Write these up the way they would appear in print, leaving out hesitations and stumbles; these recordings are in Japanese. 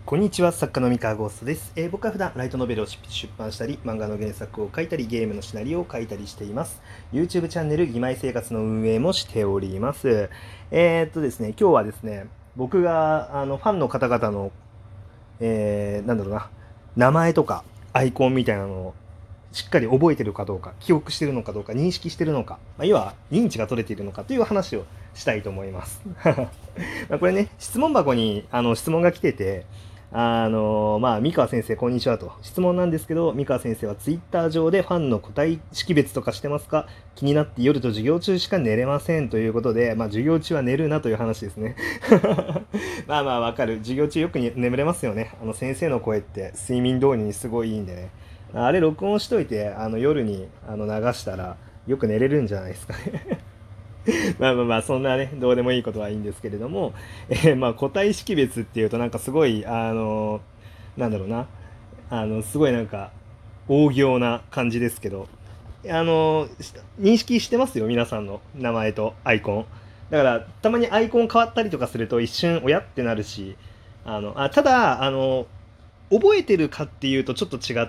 こんにちは、作家の三河ゴーストです。僕は普段ライトノベルを出版したり、漫画の原作を書いたり、ゲームのシナリオを書いたりしています。YouTube チャンネル、義妹生活の運営もしております。ですね、今日はですね、僕がファンの方々の、なんだろうな、名前とかアイコンみたいなのをしっかり覚えてるかどうか、記憶してるのかどうか、認識してるのか、要は認知が取れているのかという話をしたいと思います。これね、質問箱に質問が来てて、三河先生、こんにちはと。質問なんですけど、三河先生はツイッター上でファンの個体識別とかしてますか？気になって夜と授業中しか寝れませんということで、授業中は寝るなという話ですね。わかる。授業中よく眠れますよね。先生の声って睡眠導入にすごいいいんでね。あれ録音しといて、夜に流したらよく寝れるんじゃないですかね。そんなね、どうでもいいことはいいんですけれども、個体識別っていうとなんかすごい、なんだろうな、すごいなんか、大行な感じですけど、認識してますよ、皆さんの名前とアイコン。だから、たまにアイコン変わったりとかすると一瞬、親ってなるし、ただ、覚えてるかっていうとちょっと違って、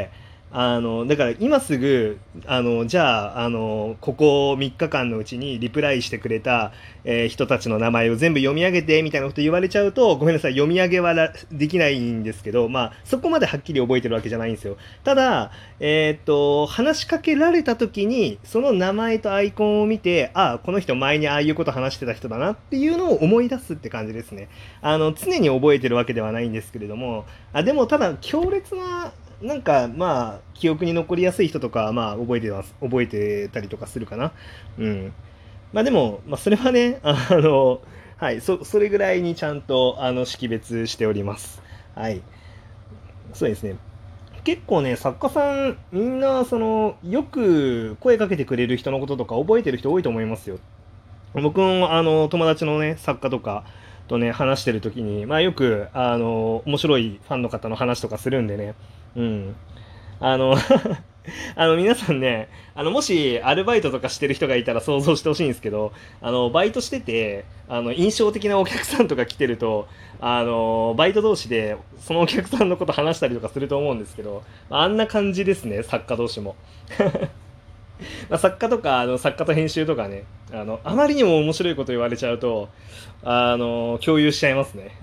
だから今すぐ、じゃあ、ここ3日間のうちにリプライしてくれた、人たちの名前を全部読み上げてみたいなこと言われちゃうと、ごめんなさい、読み上げはできないんですけど、そこまではっきり覚えてるわけじゃないんですよ。ただ、話しかけられた時に、その名前とアイコンを見て、あ、この人前にああいうこと話してた人だなっていうのを思い出すって感じですね。常に覚えてるわけではないんですけれども、でもただ強烈ななんか記憶に残りやすい人とか覚えてたりとかするかな。うん。でもそれはねはい、それぐらいにちゃんと識別しております。はい。そうですね。結構ね、作家さんみんなよく声かけてくれる人のこととか覚えてる人多いと思いますよ。僕も友達のね作家とかとね話してる時によく面白いファンの方の話とかするんでね。うん。あの皆さんね、もしアルバイトとかしてる人がいたら想像してほしいんですけど、バイトしてて、印象的なお客さんとか来てると、バイト同士でそのお客さんのこと話したりとかすると思うんですけど、あんな感じですね、作家同士も。作家とか作家と編集とかね、あまりにも面白いこと言われちゃうと共有しちゃいますね。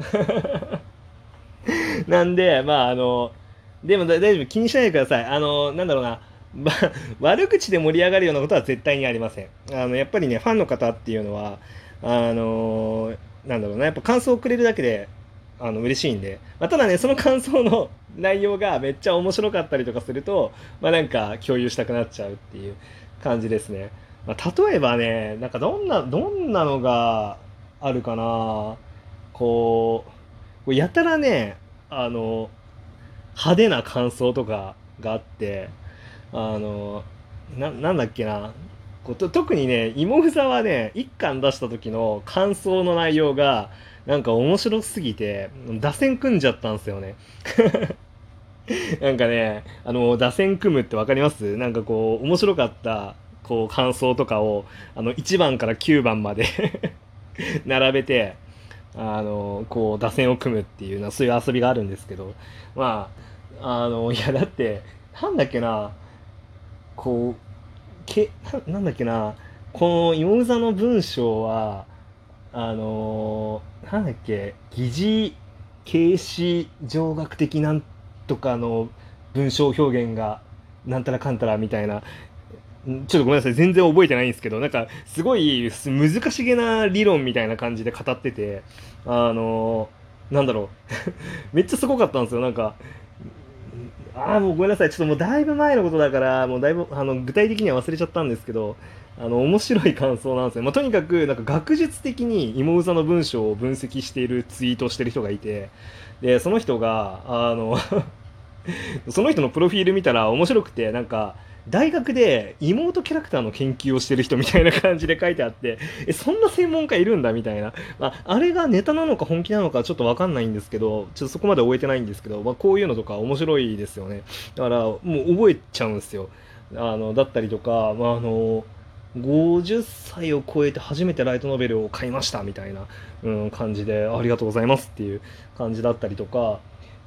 なんででも大丈夫、気にしないでください。なんだろうな、ま、悪口で盛り上がるようなことは絶対にありません。やっぱりねファンの方っていうのはなんだろうな、やっぱ感想をくれるだけで嬉しいんで、ただねその感想の内容がめっちゃ面白かったりとかするとなんか共有したくなっちゃうっていう感じですね。例えばね、なんかどんなのがあるかな。こやたらね、あの派手な感想とかがあって、あのなんだっけな、特にね芋ふざはね一巻出した時の感想の内容がなんか面白すぎて打線組んじゃったんですよね。なんかね打線組むって分かります？なんか面白かった感想とかを1番から9番まで並べて打線を組むっていうそういう遊びがあるんですけど、いやだってなんだっけな、こうなんだっけな、この芋座の文章はなんだっけ、疑似形式上学的なんとかの文章表現がなんたらかんたらみたいな、ちょっとごめんなさい、全然覚えてないんですけど、なんかすごい難しげな理論みたいな感じで語ってて、なんだろうめっちゃすごかったんですよ。なんかもうごめんなさい、ちょっともうだいぶ前のことだからもうだいぶ具体的には忘れちゃったんですけど、面白い感想なんですよ。とにかくなんか学術的に芋うざの文章を分析しているツイートをしてる人がいて、でその人がその人のプロフィール見たら面白くて、なんか大学で妹キャラクターの研究をしてる人みたいな感じで書いてあって、そんな専門家いるんだみたいな、あれがネタなのか本気なのかちょっと分かんないんですけど、ちょっとそこまで覚えてないんですけど、こういうのとか面白いですよね。だからもう覚えちゃうんですよ。だったりとか、50歳を超えて初めてライトノベルを買いましたみたいな、感じでありがとうございますっていう感じだったりとか、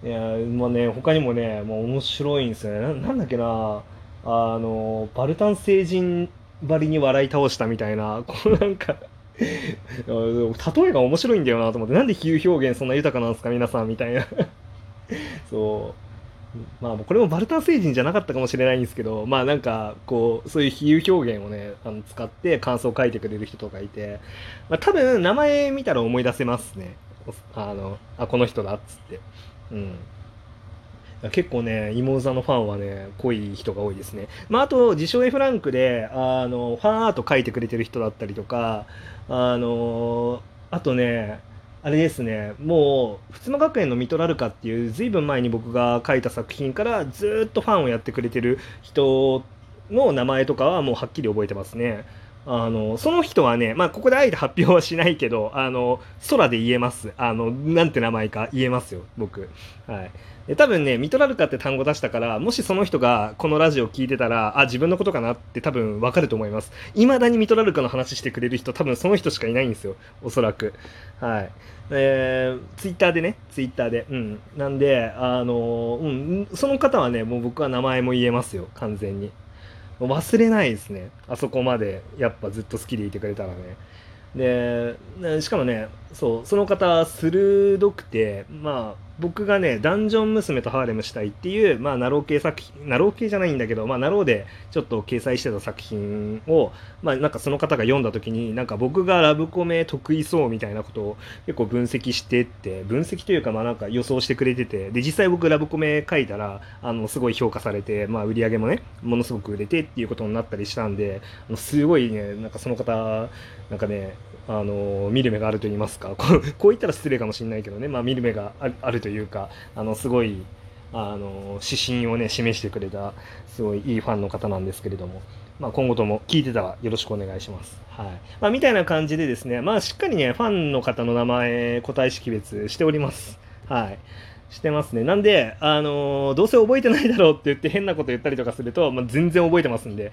いやまあね、他にもね、もう面白いんですよね。なんだっけな、バルタン星人ばりに笑い倒したみたいな、こうなんか例えが面白いんだよなと思って、なんで比喩表現そんな豊かなんですか、皆さんみたいな。そう。まあ、これもバルタン星人じゃなかったかもしれないんですけど、まあなんか、こう、そういう比喩表現をね、使って感想を書いてくれる人とかいて、まあ多分名前見たら思い出せますね。この人だっつって。うん。結構ね、妹座のファンはね、濃い人が多いですね。まあ、あと、自称 F ランクで、ファンアート書いてくれてる人だったりとか、あの、あとね、あれですね、もう、ふつま学園のミトラルカっていう、ずいぶん前に僕が書いた作品からずーっとファンをやってくれてる人の名前とかはもうはっきり覚えてますね。その人はね、まあ、ここであえて発表はしないけど、空で言えます。なんて名前か言えますよ、僕。はい。で、多分ね、ミトラルカって単語出したから、もしその人がこのラジオ聞いてたら、自分のことかなって多分わかると思います。未だにミトラルカの話してくれる人、多分その人しかいないんですよ。おそらく。はい。ツイッターでね、ツイッターで。うん。なんで、その方はね、もう僕は名前も言えますよ、完全に。忘れないですね。あそこまで、やっぱずっと好きでいてくれたらね。しかもね、そう、その方、鋭くて、まあ、僕がね、ダンジョン娘とハーレムしたいっていう、まあ、ナロー系作品、ナロー系じゃないんだけど、まあ、ナローでちょっと掲載してた作品を、まあ、なんかその方が読んだ時に、なんか僕がラブコメ得意そうみたいなことを結構分析してって、分析というか、まあ、なんか予想してくれてて、で、実際僕ラブコメ書いたら、すごい評価されて、まあ、売り上げもね、ものすごく売れてっていうことになったりしたんで、すごいね、なんかその方、なんかね、見る目があると言いますか、こう言ったら失礼かもしれないけどね、まあ、見る目があるというか、すごい、指針をね、示してくれた、すごいいいファンの方なんですけれども、まあ、今後とも聞いてたらよろしくお願いします。はい。まあ、みたいな感じでですね、まあ、しっかりね、ファンの方の名前、個体識別しております。はい。してますね。なんで、どうせ覚えてないだろうって言って変なこと言ったりとかすると、まあ、全然覚えてますんで。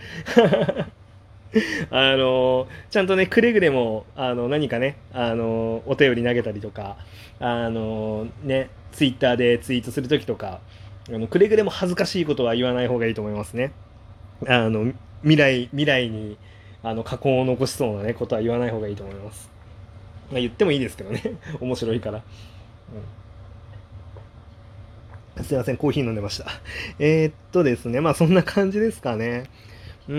ちゃんとね、くれぐれも、何かね、お便り投げたりとか、ね、ツイッターでツイートするときとか、くれぐれも恥ずかしいことは言わない方がいいと思いますね。あの、未来に、過去を残しそうなね、ことは言わない方がいいと思います。まあ、言ってもいいですけどね。面白いから。すいません、コーヒー飲んでました。ですね、まあそんな感じですかね。うん。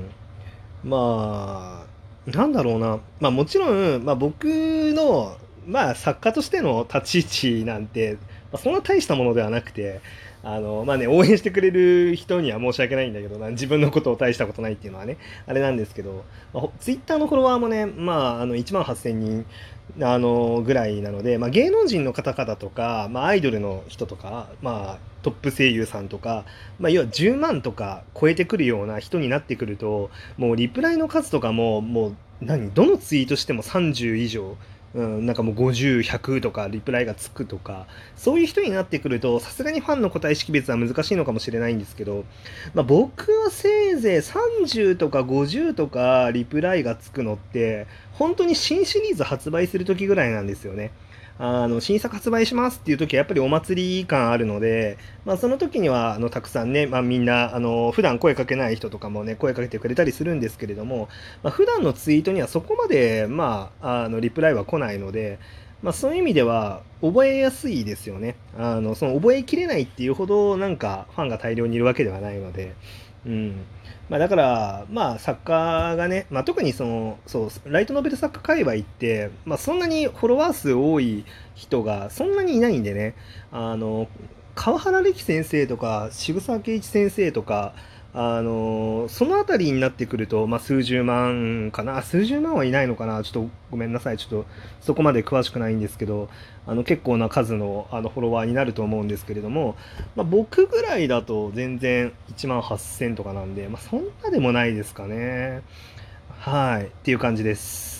まあ、なんだろうな。まあもちろん、まあ僕の、まあ作家としての立ち位置なんて、まあ、そんな大したものではなくて、まあね、応援してくれる人には申し訳ないんだけどな、自分のことを大したことないっていうのはね、あれなんですけど、まあ、ツイッターのフォロワーもね、まあ、1万8000人、ぐらいなので、まあ、芸能人の方々とか、まあ、アイドルの人とか、まあ、トップ声優さんとか、まあ、要は10万とか超えてくるような人になってくると、もうリプライの数とかも、もう、どのツイートしても30以上、うん、なんかもう50、100とかリプライがつくとか、そういう人になってくると、さすがにファンの個体識別は難しいのかもしれないんですけど、まあ、僕はせいぜい30とか50とかリプライがつくのって、本当に新シリーズ発売する時ぐらいなんですよね。新作発売しますっていう時はやっぱりお祭り感あるので、まあその時には、たくさんね、まあみんな、普段声かけない人とかもね、声かけてくれたりするんですけれども、まあ普段のツイートにはそこまで、まあ、リプライは来ないので、まあそういう意味では覚えやすいですよね。その覚えきれないっていうほどなんかファンが大量にいるわけではないので、うん。まあだから、まあ作家がね、まあ特にそう、ライトノベル作家界隈って、まあそんなにフォロワー数多い人がそんなにいないんでね、あの、川原歴先生とか、渋沢栄一先生とか、そのあたりになってくると、まあ、数十万かな、数十万はいないのかな、ちょっとごめんなさい、ちょっとそこまで詳しくないんですけど、結構な数のフォロワーになると思うんですけれども、まあ、僕ぐらいだと全然1万8000とかなんで、まあ、そんなでもないですかね。はい、っていう感じです。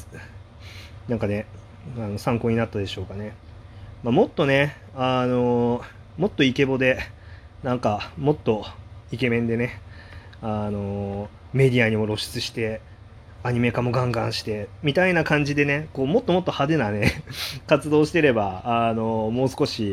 なんかね、参考になったでしょうかね。まあ、もっとね、もっとイケボで、なんか、もっとイケメンでね、メディアにも露出して、アニメ化もガンガンして、みたいな感じでね、こう、もっともっと派手なね、活動してれば、もう少し、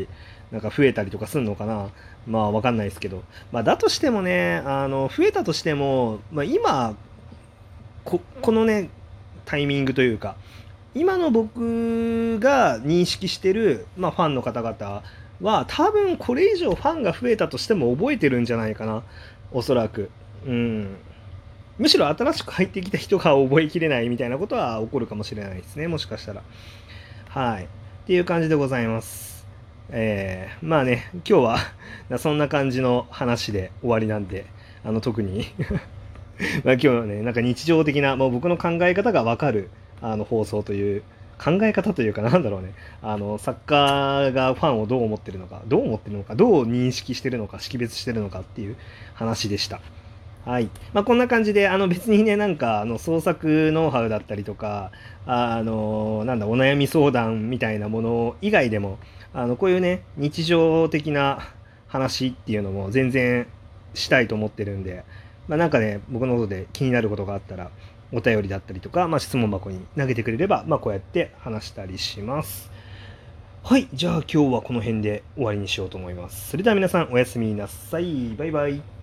なんか増えたりとかするのかな。まあわかんないですけど。まあだとしてもね、増えたとしても、まあ今、このね、タイミングというか、今の僕が認識してる、まあファンの方々は、多分これ以上ファンが増えたとしても覚えてるんじゃないかな。おそらく。うん。むしろ新しく入ってきた人が覚えきれないみたいなことは起こるかもしれないですね。もしかしたら。はい。っていう感じでございます。まあね、今日はそんな感じの話で終わりなんで、特にまあ今日はね、なんか日常的な、もう僕の考え方がわかる、放送という、考え方というかなんだろうね、作家がファンをどう思ってるのか、どう思ってるのか、どう認識してるのか、識別してるのかっていう話でした。はい。まあ、こんな感じで、別にね、なんか、創作ノウハウだったりとか、なんだ、お悩み相談みたいなもの以外でも、こういうね、日常的な話っていうのも全然したいと思ってるんで、まあ、なんかね、僕のことで気になることがあったら、お便りだったりとか、まあ、質問箱に投げてくれれば、まあ、こうやって話したりします。はい。じゃあ今日はこの辺で終わりにしようと思います。それでは皆さんおやすみなさい。バイバイ。